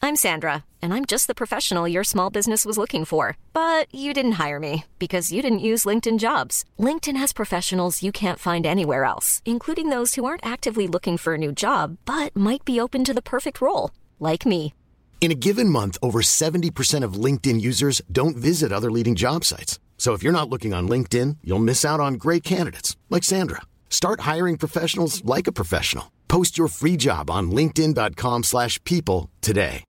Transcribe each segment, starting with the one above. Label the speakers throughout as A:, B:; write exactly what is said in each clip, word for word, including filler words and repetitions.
A: I'm Sandra, and I'm just the professional your small business was looking for. But you didn't hire me because you didn't use LinkedIn Jobs. LinkedIn has professionals you can't find anywhere else, including those who aren't actively looking for a new job, but might be open to the perfect role, like me.
B: In a given month, over seventy percent of LinkedIn users don't visit other leading job sites. So if you're not looking on LinkedIn, you'll miss out on great candidates like Sandra. Start hiring professionals like a professional. Post your free job on linkedin.com slash people today.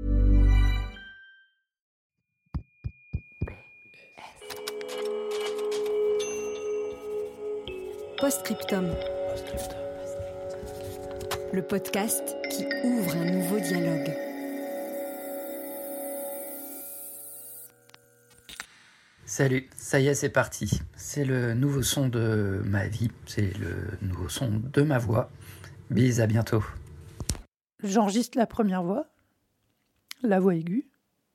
C: Postscriptum. Le podcast qui ouvre un nouveau dialogue.
D: Salut, ça y est, c'est parti. C'est le nouveau son de ma vie, c'est le nouveau son de ma voix. Bise, à bientôt.
E: J'enregistre la première voix, la voix aiguë,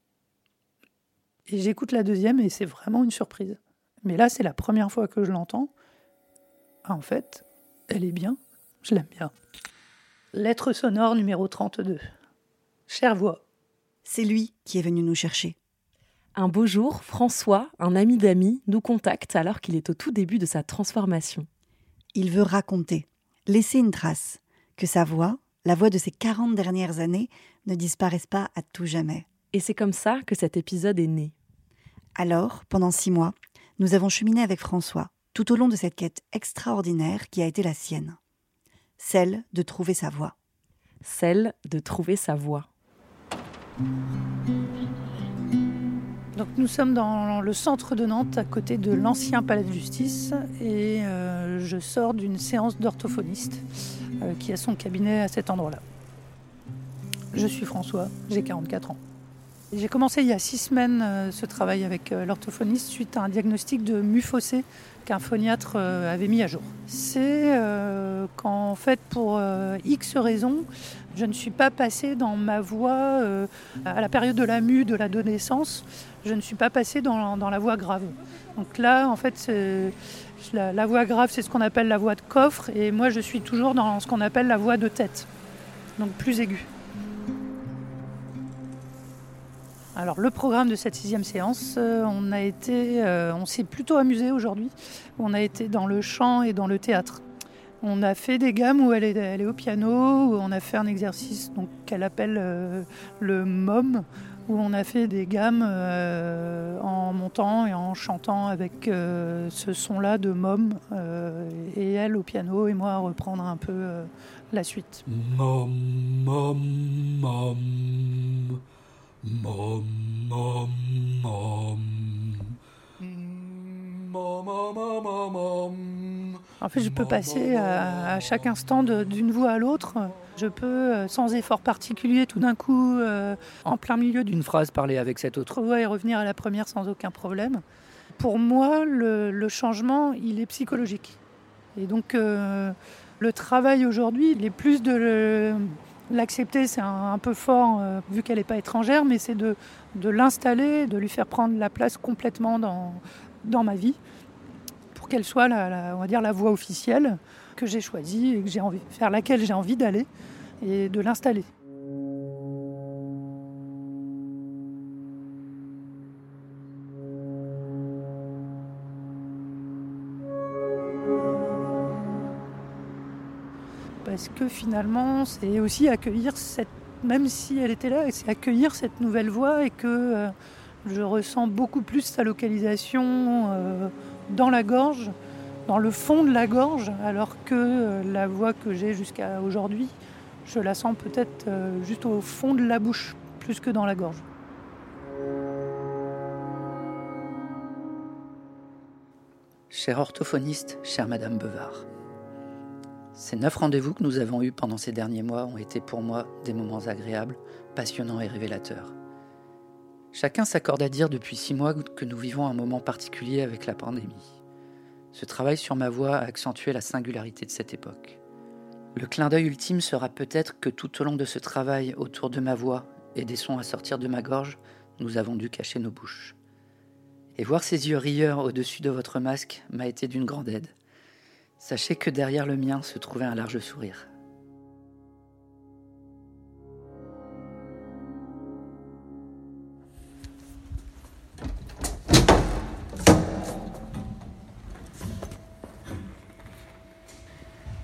E: et j'écoute la deuxième et c'est vraiment une surprise. Mais là, c'est la première fois que je l'entends. Ah, en fait, elle est bien, je l'aime bien. Lettre sonore numéro trente-deux. Chère voix.
F: C'est lui qui est venu nous chercher.
G: Un beau jour, François, un ami d'amis, nous contacte alors qu'il est au tout début de sa transformation.
F: Il veut raconter, laisser une trace, que sa voix, la voix de ces quarante dernières années, ne disparaisse pas à tout jamais.
G: Et c'est comme ça que cet épisode est né.
F: Alors, pendant six mois, nous avons cheminé avec François, tout au long de cette quête extraordinaire qui a été la sienne. Celle de trouver sa voix.
G: Celle de trouver sa voix.
E: Donc nous sommes dans le centre de Nantes, à côté de l'ancien palais de justice, et euh, je sors d'une séance d'orthophoniste euh, qui a son cabinet à cet endroit-là. Je suis François, j'ai quarante-quatre ans. J'ai commencé il y a six semaines euh, ce travail avec euh, l'orthophoniste suite à un diagnostic de muphosé qu'un phoniatre euh, avait mis à jour. C'est euh, qu'en fait, pour euh, X raisons, je ne suis pas passée dans ma voix euh, à la période de la mue, de l'adolescence, je ne suis pas passée dans, dans la voix grave. Donc là, en fait, c'est, la, la voix grave, c'est ce qu'on appelle la voix de coffre, et moi, je suis toujours dans ce qu'on appelle la voix de tête, donc plus aiguë. Alors le programme de cette sixième séance, euh, on a été, euh, on s'est plutôt amusé aujourd'hui. On a été dans le chant et dans le théâtre. On a fait des gammes où elle est, elle est au piano, où on a fait un exercice donc, qu'elle appelle euh, le M O M, où on a fait des gammes euh, en montant et en chantant avec euh, ce son-là de M O M, euh, et elle au piano et moi à reprendre un peu euh, la suite.
D: Mom, mom, mom. Mom, mom, mom. Mom, mom, mom, mom.
E: En fait, je peux passer à, à chaque instant de, d'une voix à l'autre. Je peux, sans effort particulier, tout d'un coup, euh, en plein milieu d'une phrase, parler avec cette autre voix et revenir à la première sans aucun problème. Pour moi, le, le changement, il est psychologique. Et donc, euh, le travail aujourd'hui, il est plus de... Le, L'accepter, c'est un, un peu fort, euh, vu qu'elle n'est pas étrangère, mais c'est de, de l'installer, de lui faire prendre la place complètement dans, dans ma vie, pour qu'elle soit la, la, on va dire, la voie officielle que j'ai choisie et que j'ai envie, vers laquelle j'ai envie d'aller, et de l'installer. Parce que finalement, c'est aussi accueillir cette, même si elle était là, c'est accueillir cette nouvelle voix et que euh, je ressens beaucoup plus sa localisation euh, dans la gorge, dans le fond de la gorge, alors que euh, la voix que j'ai jusqu'à aujourd'hui, je la sens peut-être euh, juste au fond de la bouche, plus que dans la gorge.
D: Chère orthophoniste, chère Madame Bevard. Ces neuf rendez-vous que nous avons eus pendant ces derniers mois ont été pour moi des moments agréables, passionnants et révélateurs. Chacun s'accorde à dire depuis six mois que nous vivons un moment particulier avec la pandémie. Ce travail sur ma voix a accentué la singularité de cette époque. Le clin d'œil ultime sera peut-être que tout au long de ce travail autour de ma voix et des sons à sortir de ma gorge, nous avons dû cacher nos bouches. Et voir ces yeux rieurs au-dessus de votre masque m'a été d'une grande aide. Sachez que derrière le mien se trouvait un large sourire.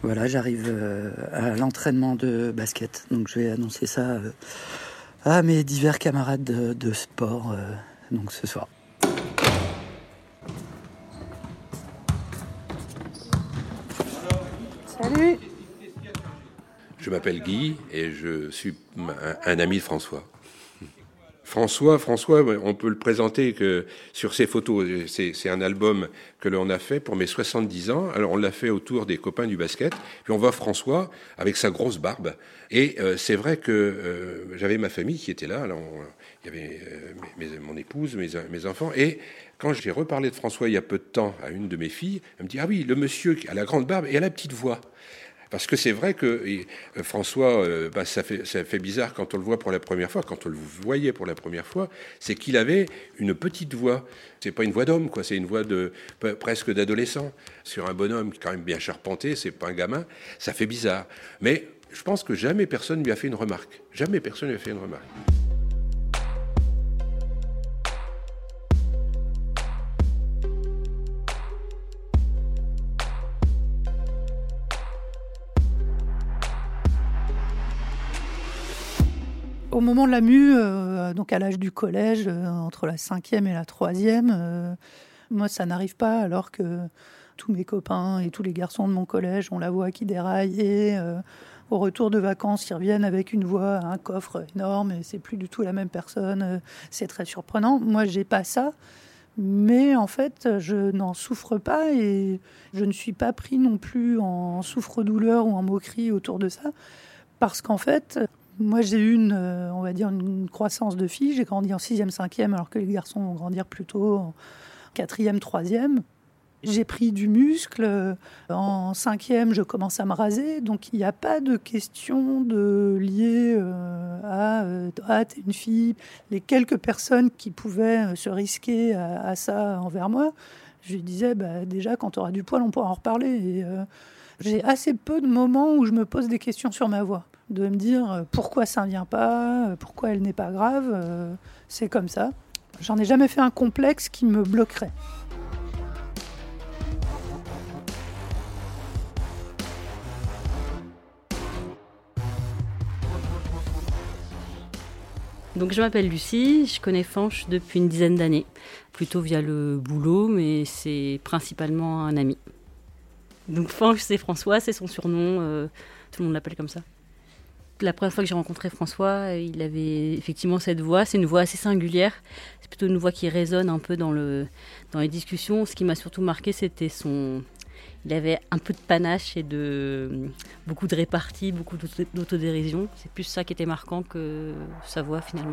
D: Voilà, j'arrive euh, à l'entraînement de basket, donc je vais annoncer ça euh, à mes divers camarades de, de sport euh, donc ce soir.
E: Salut.
H: Je m'appelle Guy et je suis un, un ami de François. François, François, on peut le présenter que sur ses photos. C'est, c'est un album que l'on a fait pour mes soixante-dix ans. Alors on l'a fait autour des copains du basket. Puis on voit François avec sa grosse barbe. Et euh, c'est vrai que euh, j'avais ma famille qui était là. Alors on, il y avait euh, mes, mes, mon épouse, mes, mes enfants. Et quand j'ai reparlé de François il y a peu de temps à une de mes filles, elle me dit « Ah oui, le monsieur qui a la grande barbe et a la petite voix ». Parce que c'est vrai que et, euh, François, euh, bah, ça, fait, ça fait bizarre quand on le voit pour la première fois, quand on le voyait pour la première fois, c'est qu'il avait une petite voix. C'est pas une voix d'homme, quoi. C'est une voix de presque d'adolescent. Sur un bonhomme qui est quand même bien charpenté, c'est pas un gamin, ça fait bizarre. Mais je pense que jamais personne lui a fait une remarque. Jamais personne lui a fait une remarque.
E: Au moment de la mue, euh, donc à l'âge du collège, euh, entre la cinquième et la troisième, euh, moi ça n'arrive pas alors que tous mes copains et tous les garçons de mon collège ont la voix qui déraille et euh, au retour de vacances, ils reviennent avec une voix, un coffre énorme et c'est plus du tout la même personne. Euh, c'est très surprenant. Moi, j'ai pas ça. Mais en fait, je n'en souffre pas et je ne suis pas pris non plus en souffre-douleur ou en moquerie autour de ça. Parce qu'en fait, moi j'ai eu une, on va dire une croissance de fille. J'ai grandi en sixième, cinquième, alors que les garçons vont grandir plutôt en quatrième, troisième. J'ai pris du muscle. En cinquième, je commence à me raser. Donc, il n'y a pas de question de liée euh, à euh, « ah, t'es une fille ». Les quelques personnes qui pouvaient se risquer à, à ça envers moi, je lui disais bah, « déjà, quand tu auras du poil, on pourra en reparler ». Et euh, j'ai assez peu de moments où je me pose des questions sur ma voix. De me dire euh, pourquoi ça ne vient pas, euh, pourquoi elle n'est pas grave. Euh, c'est comme ça. J'en ai jamais fait un complexe qui me bloquerait.
I: Donc je m'appelle Lucie, je connais Fanch depuis une dizaine d'années, plutôt via le boulot, mais c'est principalement un ami. Donc Fanch, c'est François, c'est son surnom, euh, tout le monde l'appelle comme ça. La première fois que j'ai rencontré François, il avait effectivement cette voix, c'est une voix assez singulière, c'est plutôt une voix qui résonne un peu dans, le, dans les discussions. Ce qui m'a surtout marqué, c'était son... Il avait un peu de panache et de beaucoup de répartie, beaucoup d'autodérision. C'est plus ça qui était marquant que sa voix finalement.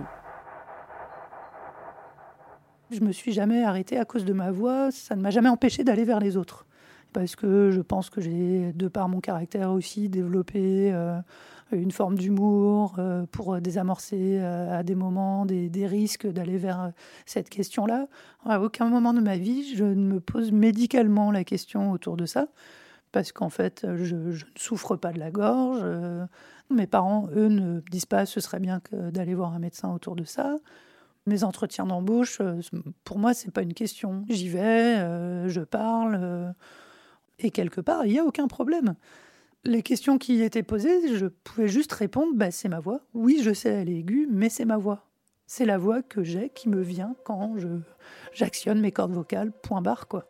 E: Je me suis jamais arrêtée à cause de ma voix. Ça ne m'a jamais empêchée d'aller vers les autres. Parce que je pense que j'ai, de par mon caractère aussi, développé euh, une forme d'humour euh, pour désamorcer euh, à des moments des, des risques d'aller vers euh, cette question-là. À aucun moment de ma vie, je ne me pose médicalement la question autour de ça. Parce qu'en fait, je, je ne souffre pas de la gorge. Euh, mes parents, eux, ne disent pas ce serait bien que d'aller voir un médecin autour de ça. Mes entretiens d'embauche, pour moi, c'est pas une question. J'y vais, euh, je parle... Euh, Et quelque part, il n'y a aucun problème. Les questions qui étaient posées, je pouvais juste répondre bah, « c'est ma voix ». Oui, je sais, elle est aiguë, mais c'est ma voix. C'est la voix que j'ai qui me vient quand je, j'actionne mes cordes vocales, point barre, quoi.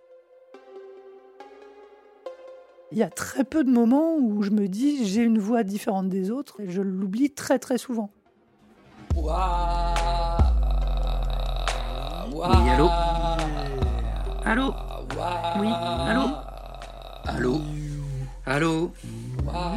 E: Il y a très peu de moments où je me dis « j'ai une voix différente des autres » et je l'oublie très très souvent.
D: Ouah, ouah, oui, allô ? Allô ? Oui, allô ? Allô ? Allô ? Allô ?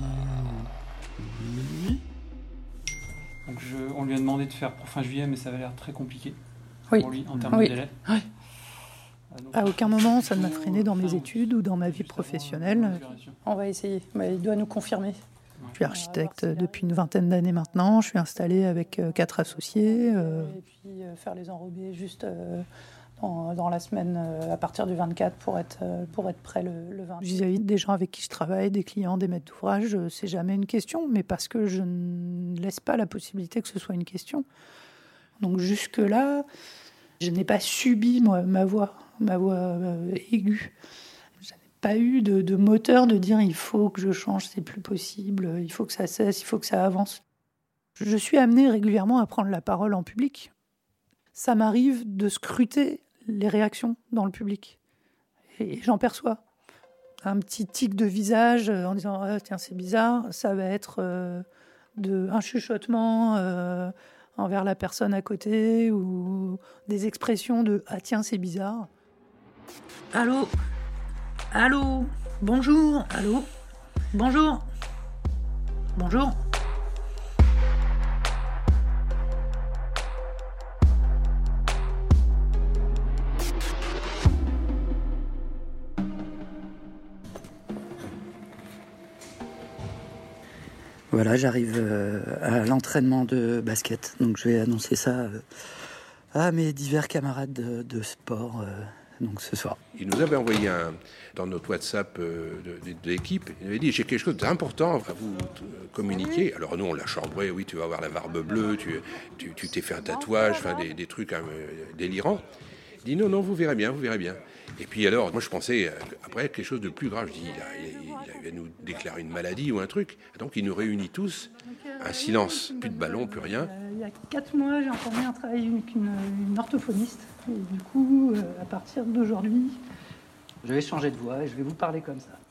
J: Donc je, on lui a demandé de faire pour fin juillet, mais ça avait l'air très compliqué
E: oui.
J: pour lui en termes
E: oui.
J: de délai.
E: Oui. Donc, à aucun moment, ça ne m'a freiné dans mes études ou dans ma vie professionnelle. On va essayer, mais il doit nous confirmer. Je suis architecte depuis une vingtaine d'années maintenant. Je suis installée avec quatre associés. Euh... Et puis euh, faire les enrobés juste... Euh... Dans, dans la semaine euh, à partir du vingt-quatre pour être, euh, pour être prêt le, le vingt. Vis-à-vis des gens avec qui je travaille, des clients, des maîtres d'ouvrage, euh, c'est jamais une question, mais parce que je ne laisse pas la possibilité que ce soit une question. Donc jusque-là, je n'ai pas subi moi, ma voix, ma voix euh, aiguë. Je n'ai pas eu de, de moteur de dire il faut que je change, c'est plus possible, il faut que ça cesse, il faut que ça avance. Je suis amenée régulièrement à prendre la parole en public. Ça m'arrive de scruter les réactions dans le public. Et j'en perçois. Un petit tic de visage en disant ah, « tiens, c'est bizarre », ça va être euh, de, un chuchotement euh, envers la personne à côté ou des expressions de « ah tiens, c'est bizarre ». Allô ? Allô ? Bonjour ? Allô ? Bonjour ? Bonjour ?
D: Voilà, j'arrive euh, à l'entraînement de basket, donc je vais annoncer ça euh, à mes divers camarades de, de sport euh, donc ce soir.
H: Il nous avait envoyé un, dans notre WhatsApp euh, de, de, de l'équipe, il avait dit « j'ai quelque chose d'important à vous euh, communiquer ». Alors nous on l'a chambré, oui tu vas avoir la barbe bleue, tu, tu, tu t'es fait un tatouage, enfin des, des trucs hein, délirants. Il dit « non, non, vous verrez bien, vous verrez bien ». Et puis alors, moi je pensais, euh, après, quelque chose de plus grave. Je dis, il, a, il, a, il va nous déclarer une maladie ou un truc. Donc il nous réunit tous, un silence, plus de ballon, plus rien.
E: Euh, il y a quatre mois, j'ai entendu un travail avec une, une orthophoniste. Et du coup, euh, à partir d'aujourd'hui,
D: je vais changer de voix et je vais vous parler comme ça.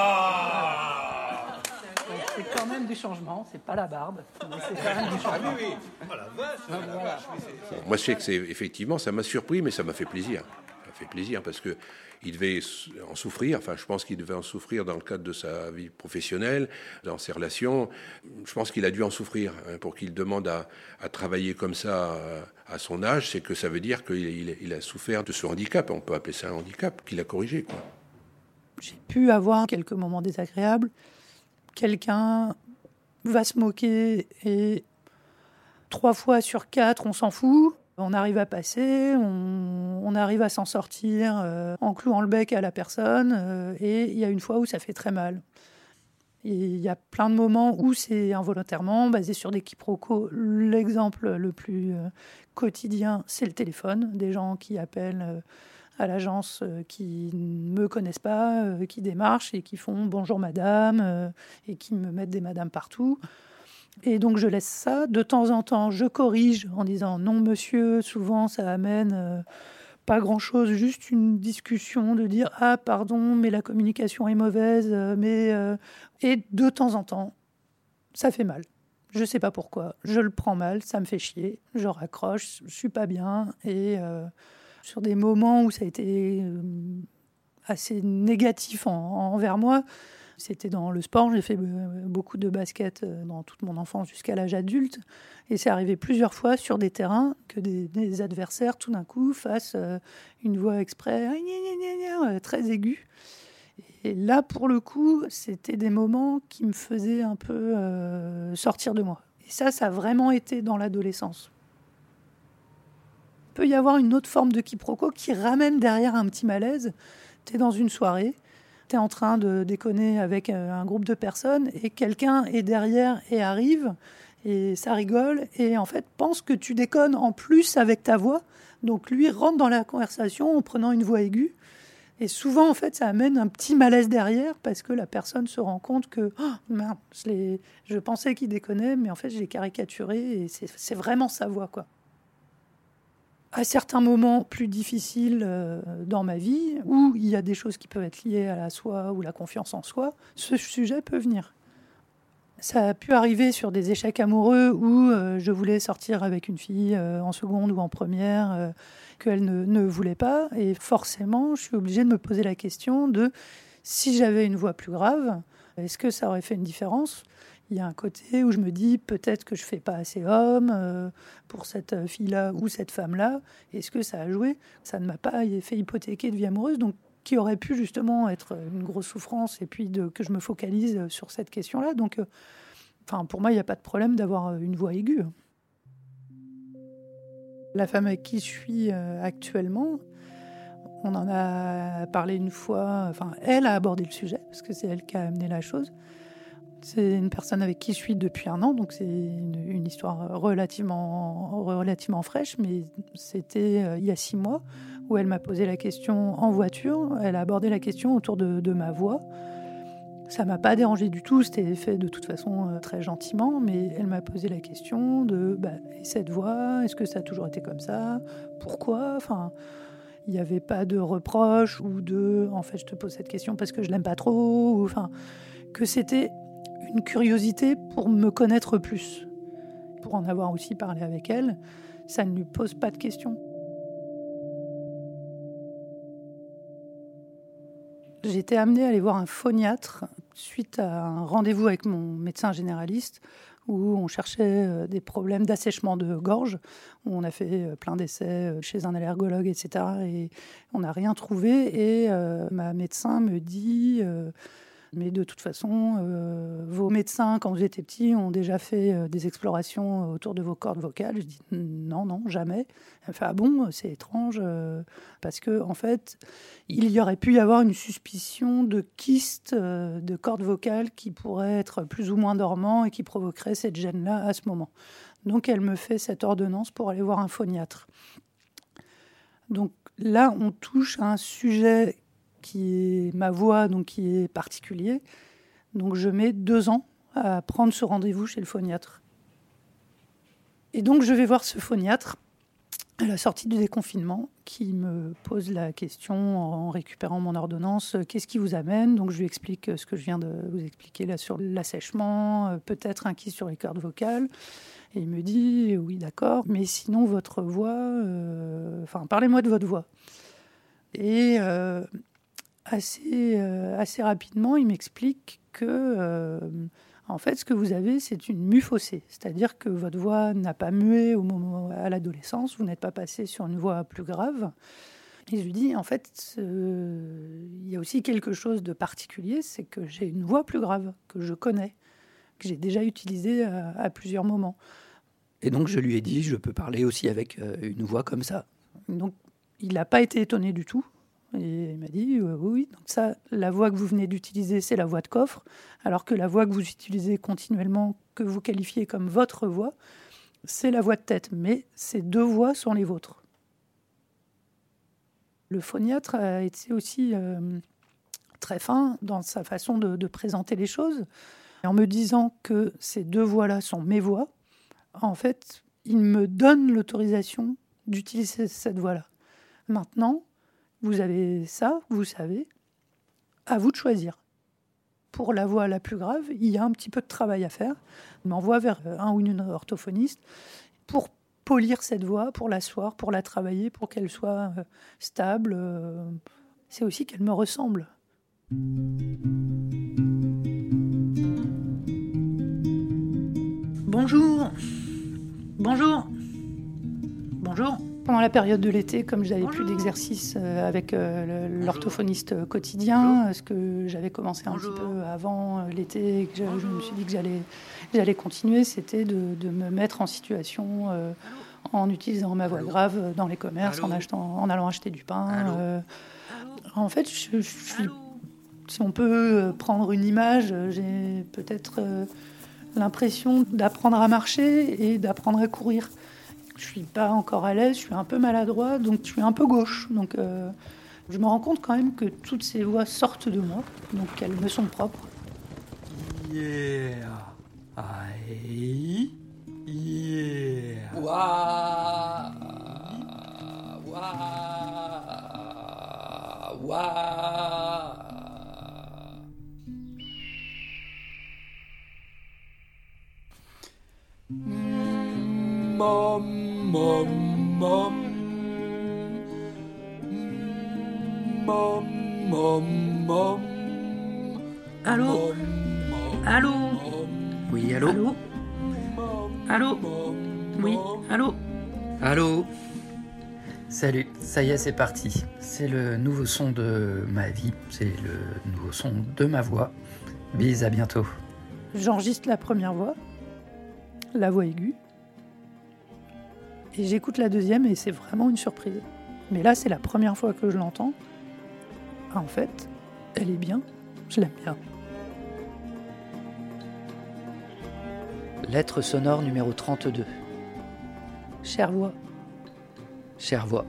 E: Oh c'est quand même du changement, c'est pas la barbe, mais c'est quand même du changement.
H: Ah oui, oui. Oh la vache, oh la vache. Bon, moi je sais que c'est, effectivement, ça m'a surpris, mais ça m'a fait plaisir. Fait plaisir parce que il devait en souffrir. Enfin, je pense qu'il devait en souffrir dans le cadre de sa vie professionnelle, dans ses relations. Je pense qu'il a dû en souffrir hein, pour qu'il demande à, à travailler comme ça à, à son âge. C'est que ça veut dire qu'il il, il a souffert de ce handicap. On peut appeler ça un handicap qu'il a corrigé, quoi.
E: J'ai pu avoir quelques moments désagréables. Quelqu'un va se moquer et trois fois sur quatre, on s'en fout. On arrive à passer, on, on arrive à s'en sortir euh, en clouant le bec à la personne. Euh, et il y a une fois où ça fait très mal. Il y a plein de moments où c'est involontairement, basé sur des quiproquos. L'exemple le plus euh, quotidien, c'est le téléphone. Des gens qui appellent euh, à l'agence, euh, qui ne me connaissent pas, euh, qui démarchent et qui font « bonjour madame euh, » et qui me mettent des madames partout. Et donc je laisse ça. De temps en temps, je corrige en disant non monsieur. Souvent, ça amène euh, pas grand-chose, juste une discussion de dire ah pardon, mais la communication est mauvaise. Euh, mais euh... et de temps en temps, ça fait mal. Je sais pas pourquoi. Je le prends mal, ça me fait chier. Je raccroche, je suis pas bien. Et euh, sur des moments où ça a été euh, assez négatif en, en, envers moi. C'était dans le sport, j'ai fait beaucoup de basket dans toute mon enfance jusqu'à l'âge adulte. Et c'est arrivé plusieurs fois sur des terrains que des, des adversaires, tout d'un coup, fassent une voix exprès très aiguë. Et là, pour le coup, c'était des moments qui me faisaient un peu euh, sortir de moi. Et ça, ça a vraiment été dans l'adolescence. Il peut y avoir une autre forme de quiproquo qui ramène derrière un petit malaise. Tu es dans une soirée, tu es en train de déconner avec un groupe de personnes et quelqu'un est derrière et arrive et ça rigole et en fait pense que tu déconnes en plus avec ta voix. Donc lui rentre dans la conversation en prenant une voix aiguë et souvent en fait ça amène un petit malaise derrière parce que la personne se rend compte que oh, merde, je, l'ai, je pensais qu'il déconnait mais en fait je l'ai caricaturé et c'est, c'est vraiment sa voix quoi. À certains moments plus difficiles euh, dans ma vie, où il y a des choses qui peuvent être liées à la soi ou la confiance en soi, ce sujet peut venir. Ça a pu arriver sur des échecs amoureux où euh, je voulais sortir avec une fille euh, en seconde ou en première, euh, qu'elle ne, ne voulait pas. Et forcément, je suis obligée de me poser la question de si j'avais une voix plus grave, est-ce que ça aurait fait une différence ? Il y a un côté où je me dis peut-être que je ne fais pas assez homme euh, pour cette fille-là ou cette femme-là. Est-ce que ça a joué ? Ça ne m'a pas fait hypothéquer de vie amoureuse, donc qui aurait pu justement être une grosse souffrance et puis de, que je me focalise sur cette question-là. Donc, euh, enfin, pour moi, il n'y a pas de problème d'avoir une voix aiguë. La femme avec qui je suis euh, actuellement, on en a parlé une fois. Enfin, elle a abordé le sujet parce que c'est elle qui a amené la chose. C'est une personne avec qui je suis depuis un an, donc c'est une, une histoire relativement, relativement fraîche, mais c'était euh, il y a six mois où elle m'a posé la question en voiture. Elle a abordé la question autour de, de ma voix. Ça m'a pas dérangé du tout, c'était fait de toute façon euh, très gentiment, mais elle m'a posé la question de bah, et cette voix, est-ce que ça a toujours été comme ça ? Pourquoi ? Enfin, il n'y avait pas de reproche ou de en fait je te pose cette question parce que je l'aime pas trop, ou enfin que c'était une curiosité pour me connaître plus, pour en avoir aussi parlé avec elle. Ça ne lui pose pas de questions. J'ai été amenée à aller voir un phoniatre suite à un rendez-vous avec mon médecin généraliste où on cherchait des problèmes d'assèchement de gorge, où on a fait plein d'essais chez un allergologue, et cetera. Et on n'a rien trouvé. Et euh, ma médecin me dit... Euh, Mais de toute façon, euh, vos médecins, quand vous étiez petits, ont déjà fait euh, des explorations autour de vos cordes vocales. Je dis non, non, jamais. Elle me fait ah bon, c'est étrange, euh, parce que en fait, il y aurait pu y avoir une suspicion de kyste euh, de cordes vocales qui pourrait être plus ou moins dormant et qui provoquerait cette gêne-là à ce moment. Donc, elle me fait cette ordonnance pour aller voir un phoniatre. Donc là, on touche à un sujet qui est ma voix, donc qui est particulier. Donc je mets deux ans à prendre ce rendez-vous chez le phoniatre. Et donc je vais voir ce phoniatre à la sortie du déconfinement qui me pose la question en récupérant mon ordonnance, qu'est-ce qui vous amène ? Donc je lui explique ce que je viens de vous expliquer là sur l'assèchement, peut-être un kyste sur les cordes vocales. Et il me dit, oui d'accord, mais sinon votre voix, euh... enfin parlez-moi de votre voix. Et... Euh... Assez, euh, assez rapidement, il m'explique que, euh, en fait, ce que vous avez, c'est une mue faussée. C'est-à-dire que votre voix n'a pas mué au moment, à l'adolescence, vous n'êtes pas passé sur une voix plus grave. Et je lui dis, en fait, euh, il y a aussi quelque chose de particulier, c'est que j'ai une voix plus grave, que je connais, que j'ai déjà utilisée à, à plusieurs moments.
D: Et donc, je lui ai dit, je peux parler aussi avec euh, une voix comme ça.
E: Donc, il n'a pas été étonné du tout. Et il m'a dit, euh, oui, donc ça, la voix que vous venez d'utiliser, c'est la voix de coffre, alors que la voix que vous utilisez continuellement, que vous qualifiez comme votre voix, c'est la voix de tête. Mais ces deux voix sont les vôtres. Le phoniatre a été aussi euh, très fin dans sa façon de, de présenter les choses. Et en me disant que ces deux voix-là sont mes voix, en fait, il me donne l'autorisation d'utiliser cette voix-là. Maintenant, vous avez ça, vous savez, à vous de choisir. Pour la voix la plus grave, il y a un petit peu de travail à faire. On m'envoie vers un ou une orthophoniste pour polir cette voix, pour l'asseoir, pour la travailler, pour qu'elle soit stable. C'est aussi qu'elle me ressemble. Bonjour. Bonjour. Bonjour. Pendant la période de l'été, comme je n'avais plus d'exercice avec l'orthophoniste quotidien, ce que j'avais commencé un Bonjour. petit peu avant l'été et que je, je me suis dit que j'allais, j'allais continuer, c'était de, de me mettre en situation euh, en utilisant ma voix Allô. grave dans les commerces, en, achetant, en allant acheter du pain. Euh, en fait, je, je suis, si on peut prendre une image, j'ai peut-être euh, l'impression d'apprendre à marcher et d'apprendre à courir. Je suis pas encore à l'aise, je suis un peu maladroit, donc je suis un peu gauche. Donc euh, je me rends compte quand même que toutes ces voix sortent de moi, donc qu'elles me sont propres.
K: Yeah, aïe, yeah.
D: Waouh, waouh, waouh.
K: Mom, mom, mom, mom, mom, mom.
E: Allô, allô.
D: Oui, allô.
E: Allô. Allô. Oui, allô.
D: Allô. Salut, ça y est, c'est parti. C'est le nouveau son de ma vie, c'est le nouveau son de ma voix. Bis, à bientôt.
E: J'enregistre la première voix, la voix aiguë. Et j'écoute la deuxième et c'est vraiment une surprise. Mais là, c'est la première fois que je l'entends. En fait, elle est bien. Je l'aime bien.
D: Lettre sonore numéro trente-deux.
E: Chère voix.
D: Chère voix.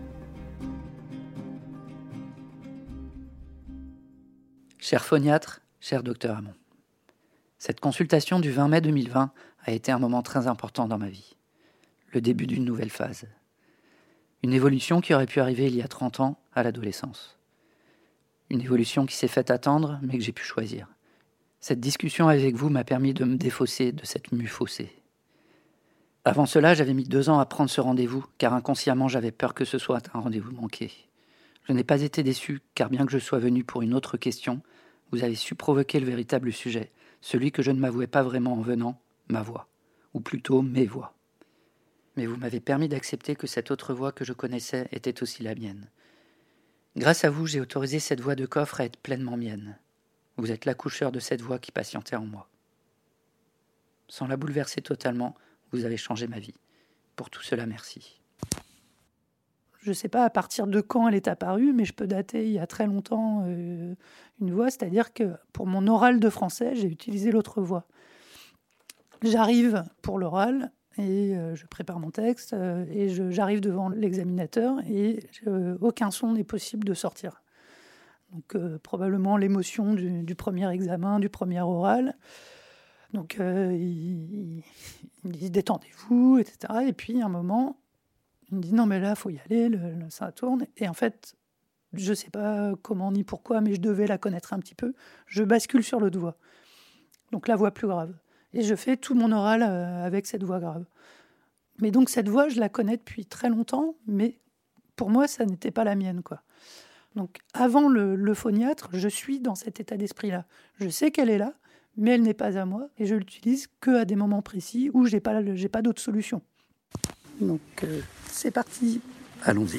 D: Cher phoniatre, cher docteur Hamon. Cette consultation du vingt mai deux mille vingt a été un moment très important dans ma vie. Le début d'une nouvelle phase. Une évolution qui aurait pu arriver il y a trente ans, à l'adolescence. Une évolution qui s'est faite attendre, mais que j'ai pu choisir. Cette discussion avec vous m'a permis de me défausser de cette mue faussée. Avant cela, j'avais mis deux ans à prendre ce rendez-vous, car inconsciemment, j'avais peur que ce soit un rendez-vous manqué. Je n'ai pas été déçu, car bien que je sois venu pour une autre question, vous avez su provoquer le véritable sujet, celui que je ne m'avouais pas vraiment en venant, ma voix, ou plutôt mes voix. Mais vous m'avez permis d'accepter que cette autre voix que je connaissais était aussi la mienne. Grâce à vous, j'ai autorisé cette voix de coffre à être pleinement mienne. Vous êtes l'accoucheur de cette voix qui patientait en moi. Sans la bouleverser totalement, vous avez changé ma vie. Pour tout cela, merci.
E: Je ne sais pas à partir de quand elle est apparue, mais je peux dater il y a très longtemps euh, une voix, c'est-à-dire que pour mon oral de français, j'ai utilisé l'autre voix. J'arrive pour l'oral et euh, je prépare mon texte euh, et je, j'arrive devant l'examinateur et euh, aucun son n'est possible de sortir. Donc euh, probablement l'émotion du, du premier examen, du premier oral. Donc euh, il, il me dit détendez-vous, et cetera. Et puis à un moment, il me dit non mais là, il faut y aller, le, le, ça tourne. Et en fait, je ne sais pas comment ni pourquoi, mais je devais la connaître un petit peu. Je bascule sur l'autre voix. Donc la voix plus grave. Et je fais tout mon oral euh, avec cette voix grave. Mais donc cette voix, je la connais depuis très longtemps, mais pour moi, ça n'était pas la mienne, quoi. Donc avant le, le phoniatre, je suis dans cet état d'esprit-là. Je sais qu'elle est là, mais elle n'est pas à moi, et je l'utilise qu'à des moments précis où je n'ai pas, j'ai pas d'autre solution. Donc euh, c'est parti.
D: Allons-y.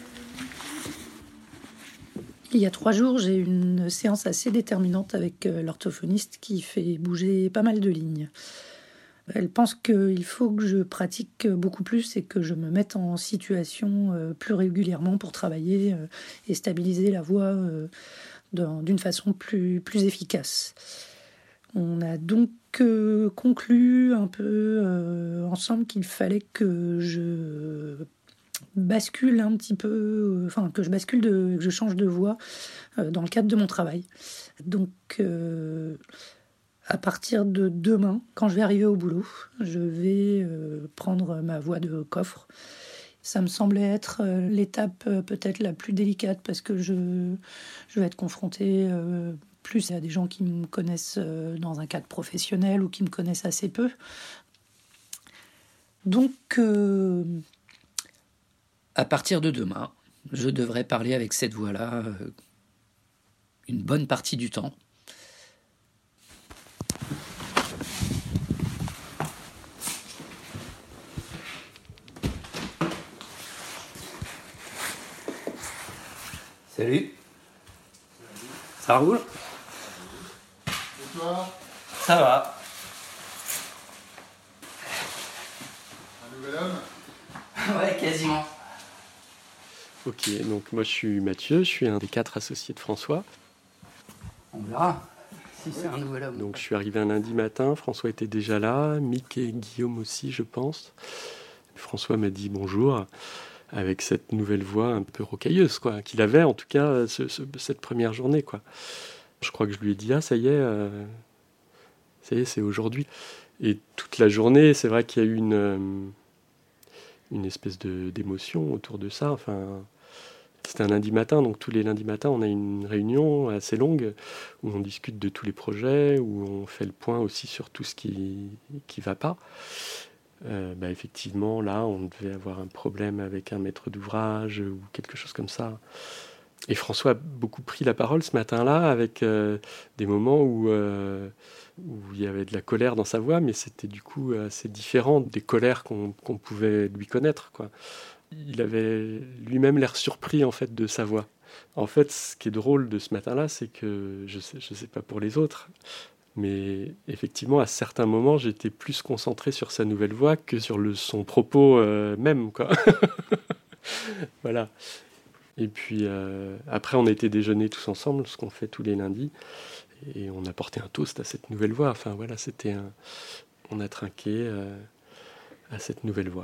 E: Il y a trois jours, j'ai eu une séance assez déterminante avec l'orthophoniste qui fait bouger pas mal de lignes. Elle pense qu'il faut que je pratique beaucoup plus et que je me mette en situation plus régulièrement pour travailler et stabiliser la voix d'une façon plus, plus efficace. On a donc conclu un peu ensemble qu'il fallait que je bascule un petit peu, enfin que je bascule, de, que je change de voix euh, dans le cadre de mon travail. Donc, euh, à partir de demain, quand je vais arriver au boulot, je vais euh, prendre ma voix de coffre. Ça me semblait être euh, l'étape euh, peut-être la plus délicate parce que je, je vais être confrontée euh, plus à des gens qui me connaissent euh, dans un cadre professionnel ou qui me connaissent assez peu. Donc, euh,
D: à partir de demain, je devrais parler avec cette voix-là euh, une bonne partie du temps. Salut. Ça roule?
K: Et toi?
D: Ça va.
K: Un nouvel homme?
D: Ouais, quasiment.
L: Ok, donc moi je suis Mathieu, je suis un des quatre associés de François.
D: On verra si c'est un nouvel homme.
L: Donc je suis arrivé un lundi matin, François était déjà là, Mick et Guillaume aussi je pense. François m'a dit bonjour avec cette nouvelle voix un peu rocailleuse quoi, qu'il avait en tout cas ce, ce, cette première journée quoi. Je crois que je lui ai dit ah ça y est, euh, ça y est c'est aujourd'hui. Et toute la journée c'est vrai qu'il y a eu une... Euh, une espèce de, d'émotion autour de ça. Enfin, c'était un lundi matin, donc tous les lundis matins, on a une réunion assez longue où on discute de tous les projets, où on fait le point aussi sur tout ce qui ne va pas. Euh, bah, effectivement, là, on devait avoir un problème avec un maître d'ouvrage ou quelque chose comme ça. Et François a beaucoup pris la parole ce matin-là avec euh, des moments où... Euh, où il y avait de la colère dans sa voix, mais c'était du coup assez différent des colères qu'on, qu'on pouvait lui connaître, quoi. Il avait lui-même l'air surpris en fait de sa voix. En fait, ce qui est drôle de ce matin-là, c'est que je sais, je sais pas pour les autres, mais effectivement, à certains moments, j'étais plus concentré sur sa nouvelle voix que sur le, son propos euh, même, quoi. Voilà. Et puis euh, après, on a été déjeuner tous ensemble, ce qu'on fait tous les lundis. Et on a porté un toast à cette nouvelle voix. Enfin voilà, c'était un... on a trinqué euh, à cette nouvelle voix.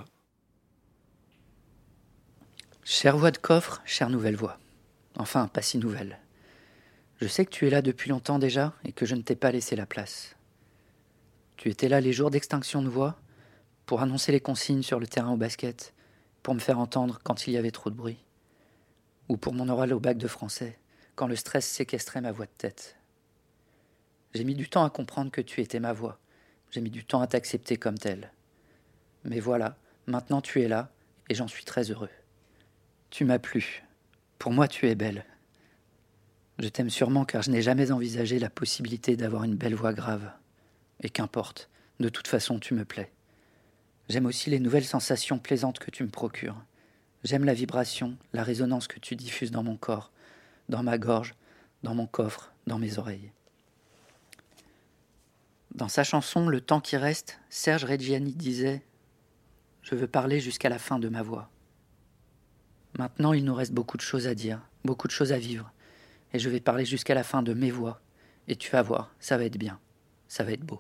D: Chère voix de coffre, chère nouvelle voix. Enfin, pas si nouvelle. Je sais que tu es là depuis longtemps déjà et que je ne t'ai pas laissé la place. Tu étais là les jours d'extinction de voix pour annoncer les consignes sur le terrain au basket, pour me faire entendre quand il y avait trop de bruit, ou pour mon oral au bac de français, quand le stress séquestrait ma voix de tête. J'ai mis du temps à comprendre que tu étais ma voix. J'ai mis du temps à t'accepter comme telle. Mais voilà, maintenant tu es là et j'en suis très heureux. Tu m'as plu. Pour moi, tu es belle. Je t'aime sûrement car je n'ai jamais envisagé la possibilité d'avoir une belle voix grave. Et qu'importe, de toute façon, tu me plais. J'aime aussi les nouvelles sensations plaisantes que tu me procures. J'aime la vibration, la résonance que tu diffuses dans mon corps, dans ma gorge, dans mon coffre, dans mes oreilles. Dans sa chanson « Le temps qui reste », Serge Reggiani disait « Je veux parler jusqu'à la fin de ma voix ». Maintenant, il nous reste beaucoup de choses à dire, beaucoup de choses à vivre. Et je vais parler jusqu'à la fin de mes voix. Et tu vas voir, ça va être bien. Ça va être beau.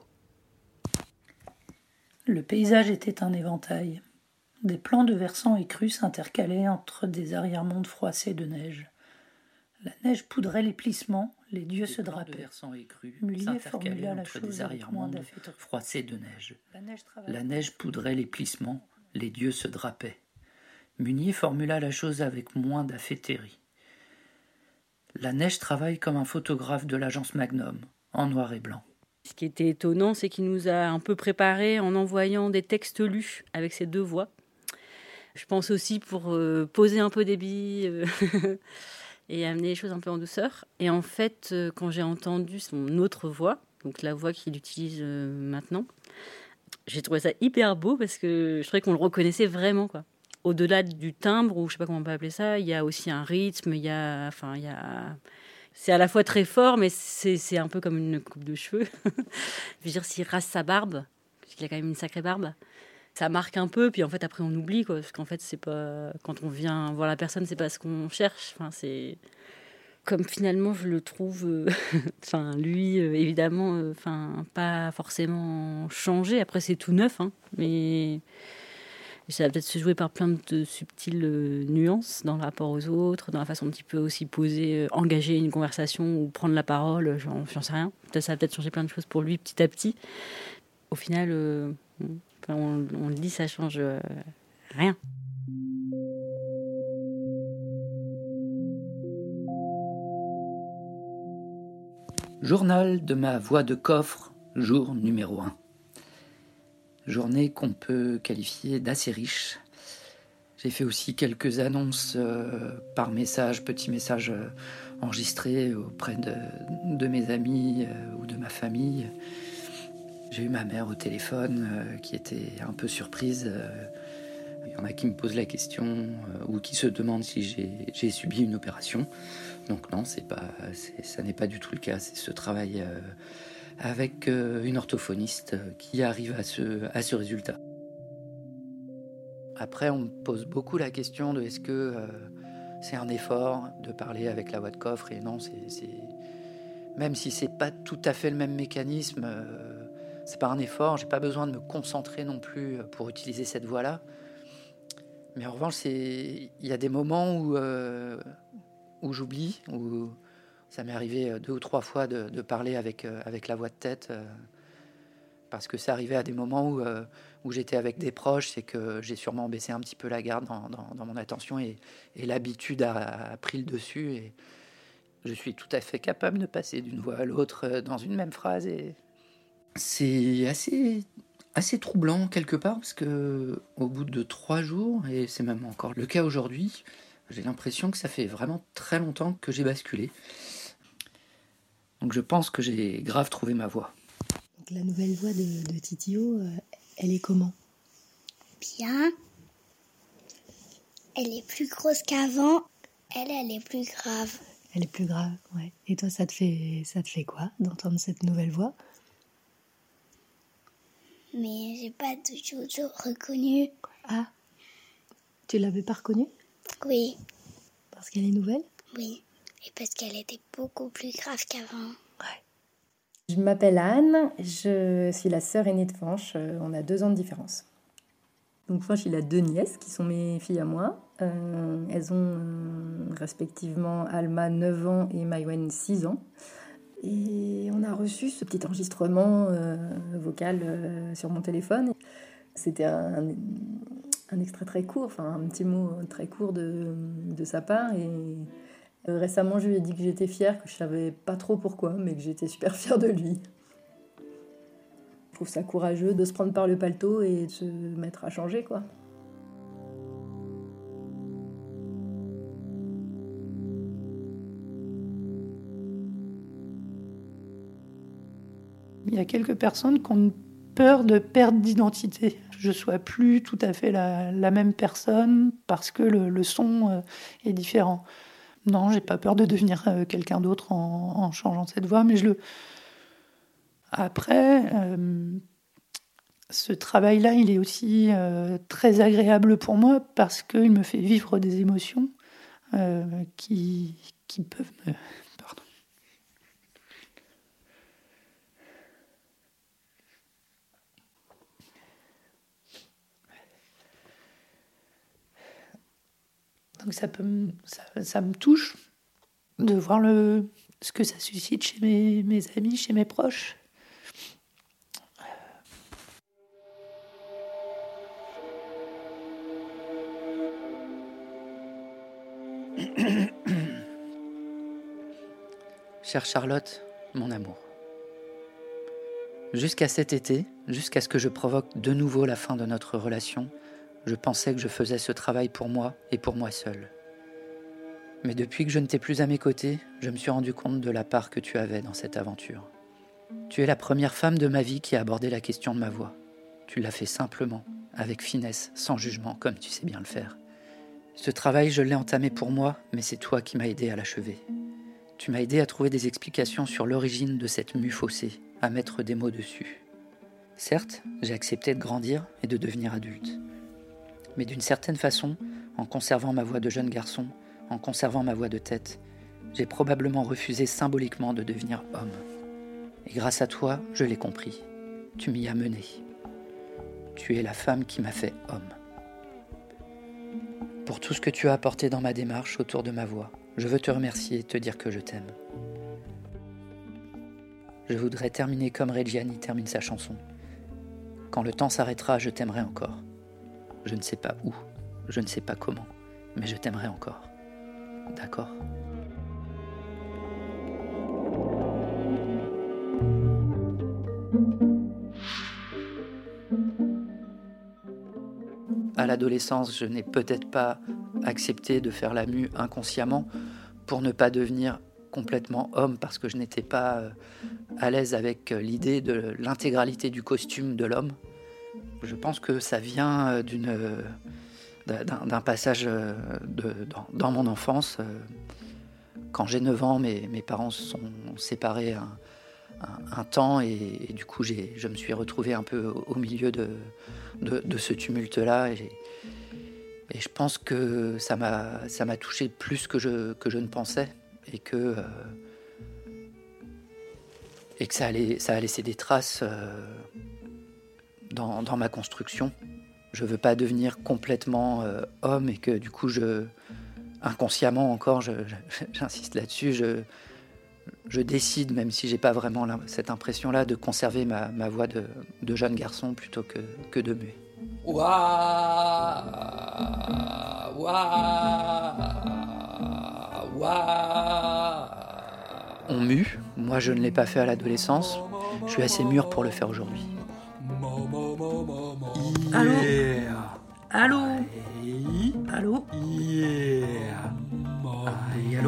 E: Le paysage était un éventail. Des plans de versants écrus s'intercalaient entre des arrière-mondes froissés de neige. La neige poudrait les plissements, les dieux se drapaient. Mullier formula la chose avec moins d'affectation.
D: Froissés de neige. La neige poudrait les plissements, les dieux se drapaient. Munier formula la chose avec moins d'affétérie. La neige travaille comme un photographe de l'agence Magnum, en noir et blanc.
I: Ce qui était étonnant, c'est qu'il nous a un peu préparé en envoyant des textes lus avec ses deux voix. Je pense aussi pour euh, poser un peu des billes euh, et amener les choses un peu en douceur. Et en fait, euh, quand j'ai entendu son autre voix, donc la voix qu'il utilise euh, maintenant, j'ai trouvé ça hyper beau parce que je trouvais qu'on le reconnaissait vraiment, quoi. Au-delà du timbre, ou je sais pas comment on peut appeler ça, il y a aussi un rythme, il y a, enfin, il y a, c'est à la fois très fort, mais c'est, c'est un peu comme une coupe de cheveux. Je veux dire, s'il rase sa barbe, parce qu'il a quand même une sacrée barbe, ça marque un peu, puis en fait après on oublie, quoi, parce qu'en fait c'est pas, quand on vient voir la personne, c'est pas ce qu'on cherche. Enfin, c'est comme finalement je le trouve, euh, enfin lui euh, évidemment, euh, enfin pas forcément changé. Après c'est tout neuf, hein, mais ça va peut-être se jouer par plein de subtiles euh, nuances dans le rapport aux autres, dans la façon dont il peut aussi poser, euh, engager une conversation ou prendre la parole, j'en, j'en sais rien. Peut-être ça va peut-être changer plein de choses pour lui petit à petit. Au final, euh, on, on le dit, ça change euh, rien.
D: Journal de ma voix de coffre, jour numéro un. Journée qu'on peut qualifier d'assez riche. J'ai fait aussi quelques annonces euh, par message, petits messages euh, enregistrés auprès de, de mes amis euh, ou de ma famille. J'ai eu ma mère au téléphone euh, qui était un peu surprise. Euh, il y en a qui me posent la question euh, ou qui se demandent si j'ai, j'ai subi une opération. Donc non, c'est pas, c'est, ça n'est pas du tout le cas. C'est ce travail euh, avec euh, une orthophoniste euh, qui arrive à ce, à ce résultat. Après, on me pose beaucoup la question de est-ce que euh, c'est un effort de parler avec la voix de coffre, et non, c'est, c'est... même si c'est pas tout à fait le même mécanisme, euh, c'est pas un effort. J'ai pas besoin de me concentrer non plus pour utiliser cette voix-là. Mais en revanche, c'est... il y a des moments où, euh, où j'oublie, où ça m'est arrivé deux ou trois fois de, de parler avec, euh, avec la voix de tête. Euh, Parce que c'est arrivé à des moments où, euh, où j'étais avec des proches, c'est que j'ai sûrement baissé un petit peu la garde dans, dans, dans mon attention et, et l'habitude a, a pris le dessus. Et je suis tout à fait capable de passer d'une voix à l'autre dans une même phrase. Et c'est assez, assez troublant quelque part parce que au bout de trois jours, et c'est même encore le cas aujourd'hui, j'ai l'impression que ça fait vraiment très longtemps que j'ai basculé. Donc je pense que j'ai grave trouvé ma voix.
M: La nouvelle voix de, de Titio, euh, elle est comment ?
N: Bien. Elle est plus grosse qu'avant. Elle, elle est plus grave.
M: Elle est plus grave, ouais. Et toi, ça te fait, ça te fait quoi d'entendre cette nouvelle voix ?
N: Mais j'ai pas toujours reconnu.
M: Ah, tu l'avais pas reconnue ?
N: Oui.
M: Parce qu'elle est nouvelle ?
N: Oui. Et parce qu'elle était beaucoup plus grave qu'avant.
M: Ouais.
O: Je m'appelle Anne, je suis la sœur aînée de Fanch, on a deux ans de différence. Donc Fanch, il a deux nièces qui sont mes filles à moi. Euh, elles ont euh, respectivement Alma neuf ans et Maïwen six ans. Et on a reçu ce petit enregistrement euh, vocal euh, sur mon téléphone. C'était un, un extrait très court, enfin un petit mot très court de, de sa part. Et euh, récemment, je lui ai dit que j'étais fière, que je savais pas trop pourquoi, mais que j'étais super fière de lui. Je trouve ça courageux de se prendre par le paletot et de se mettre à changer, quoi.
E: Il y a quelques personnes qui ont une peur de perte d'identité. Je ne sois plus tout à fait la, la même personne parce que le, le son euh, est différent. Non, j'ai pas peur de devenir euh, quelqu'un d'autre en, en changeant cette voix, mais je le... Après, euh, ce travail-là, il est aussi euh, très agréable pour moi parce qu'il me fait vivre des émotions euh, qui, qui peuvent me... Pardon. Donc ça, peut me, ça, ça me touche de voir le, ce que ça suscite chez mes, mes amis, chez mes proches.
D: Chère Charlotte, mon amour. Jusqu'à cet été, jusqu'à ce que je provoque de nouveau la fin de notre relation, je pensais que je faisais ce travail pour moi et pour moi seul. Mais depuis que je ne t'ai plus à mes côtés, je me suis rendu compte de la part que tu avais dans cette aventure. Tu es la première femme de ma vie qui a abordé la question de ma voix. Tu l'as fait simplement, avec finesse, sans jugement, comme tu sais bien le faire. Ce travail, je l'ai entamé pour moi, mais c'est toi qui m'as aidé à l'achever. Tu m'as aidé à trouver des explications sur l'origine de cette mue faussée, à mettre des mots dessus. Certes, j'ai accepté de grandir et de devenir adulte. Mais d'une certaine façon, en conservant ma voix de jeune garçon, en conservant ma voix de tête, j'ai probablement refusé symboliquement de devenir homme. Et grâce à toi, je l'ai compris. Tu m'y as mené. Tu es la femme qui m'a fait homme. Pour tout ce que tu as apporté dans ma démarche autour de ma voix, je veux te remercier et te dire que je t'aime. Je voudrais terminer comme Reggiani termine sa chanson. Quand le temps s'arrêtera, je t'aimerai encore. Je ne sais pas où, je ne sais pas comment, mais je t'aimerai encore. D'accord ? À l'adolescence, je n'ai peut-être pas accepté de faire la mue inconsciemment pour ne pas devenir complètement homme parce que je n'étais pas à l'aise avec l'idée de l'intégralité du costume de l'homme. Je pense que ça vient d'une, d'un, d'un passage de, dans, dans mon enfance. Quand j'ai neuf ans, mes, mes parents se sont séparés un, un, un temps et, et du coup j'ai, je me suis retrouvé un peu au, au milieu de, de, de ce tumulte-là. Et, et je pense que ça m'a, ça m'a touché plus que je, que je ne pensais et que, euh, et que ça, allait, ça a laissé des traces euh, dans, dans ma construction. Je ne veux pas devenir complètement euh, homme et que du coup, je, inconsciemment encore, je, je, j'insiste là-dessus, je, je décide, même si je n'ai pas vraiment cette impression-là, de conserver ma, ma voix de, de jeune garçon plutôt que, que de muet.
P: Ouah, ouah, ouah.
D: On mue, moi je ne l'ai pas fait à l'adolescence, je suis assez mûr pour le faire aujourd'hui.
E: Allô ?
P: Yeah.
E: Allô ?
P: Aïe.
E: Allô ?
P: Yeah.
E: Aïe, allô ?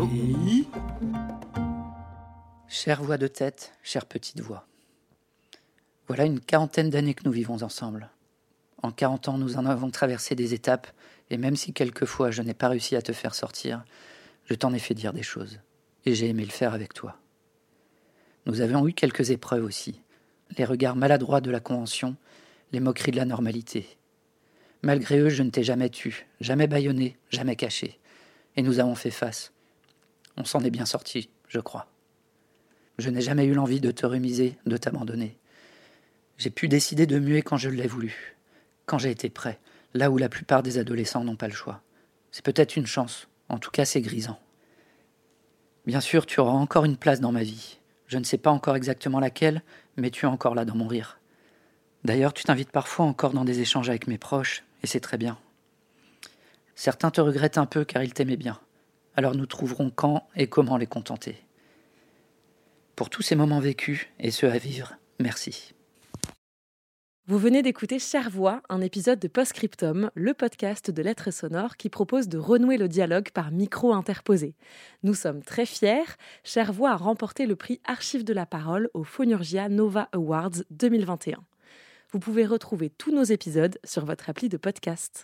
D: Chère voix de tête, chère petite voix. Voilà une quarantaine d'années que nous vivons ensemble. En quarante ans, nous en avons traversé des étapes, et même si quelquefois je n'ai pas réussi à te faire sortir, je t'en ai fait dire des choses, et j'ai aimé le faire avec toi. Nous avions eu quelques épreuves aussi, les regards maladroits de la convention, les moqueries de la normalité. Malgré eux, je ne t'ai jamais tu, jamais bâillonné, jamais caché, et nous avons fait face. On s'en est bien sortis, je crois. Je n'ai jamais eu l'envie de te remiser, de t'abandonner. J'ai pu décider de muer quand je l'ai voulu, quand j'ai été prêt, là où la plupart des adolescents n'ont pas le choix. C'est peut-être une chance, en tout cas c'est grisant. Bien sûr, tu auras encore une place dans ma vie. Je ne sais pas encore exactement laquelle, mais tu es encore là dans mon rire. D'ailleurs, tu t'invites parfois encore dans des échanges avec mes proches, et c'est très bien. Certains te regrettent un peu car ils t'aimaient bien. Alors nous trouverons quand et comment les contenter. Pour tous ces moments vécus et ceux à vivre, merci.
G: Vous venez d'écouter Chère Voix, un épisode de Postscriptum, le podcast de lettres sonores qui propose de renouer le dialogue par micro interposé. Nous sommes très fiers. Chère Voix a remporté le prix Archives de la parole au Phonurgia Nova Awards deux mille vingt et un. Vous pouvez retrouver tous nos épisodes sur votre appli de podcast.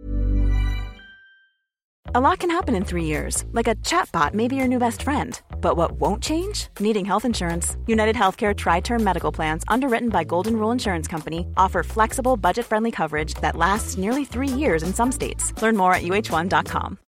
Q: A lot can happen in three years, like a chatbot may be your new best friend. But what won't change? Needing health insurance. United Healthcare Tri-Term Medical Plans, underwritten by Golden Rule Insurance Company, offer flexible, budget-friendly coverage that lasts nearly three years in some states. Learn more at U H one dot com.